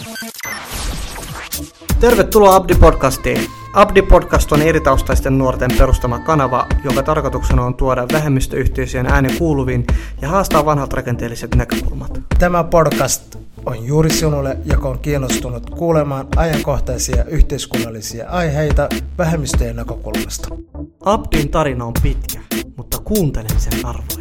Tervetuloa Abdi-podcastiin. Abdi-podcast on eritaustaisten nuorten perustama kanava, jonka tarkoituksena on tuoda vähemmistöyhteisöjen ääni kuuluviin ja haastaa vanhat rakenteelliset näkökulmat. Tämä podcast on juuri sinulle, joka on kiinnostunut kuulemaan ajankohtaisia yhteiskunnallisia aiheita vähemmistöjen näkökulmasta. Abdin tarina on pitkä, mutta kuuntelemisen arvoinen.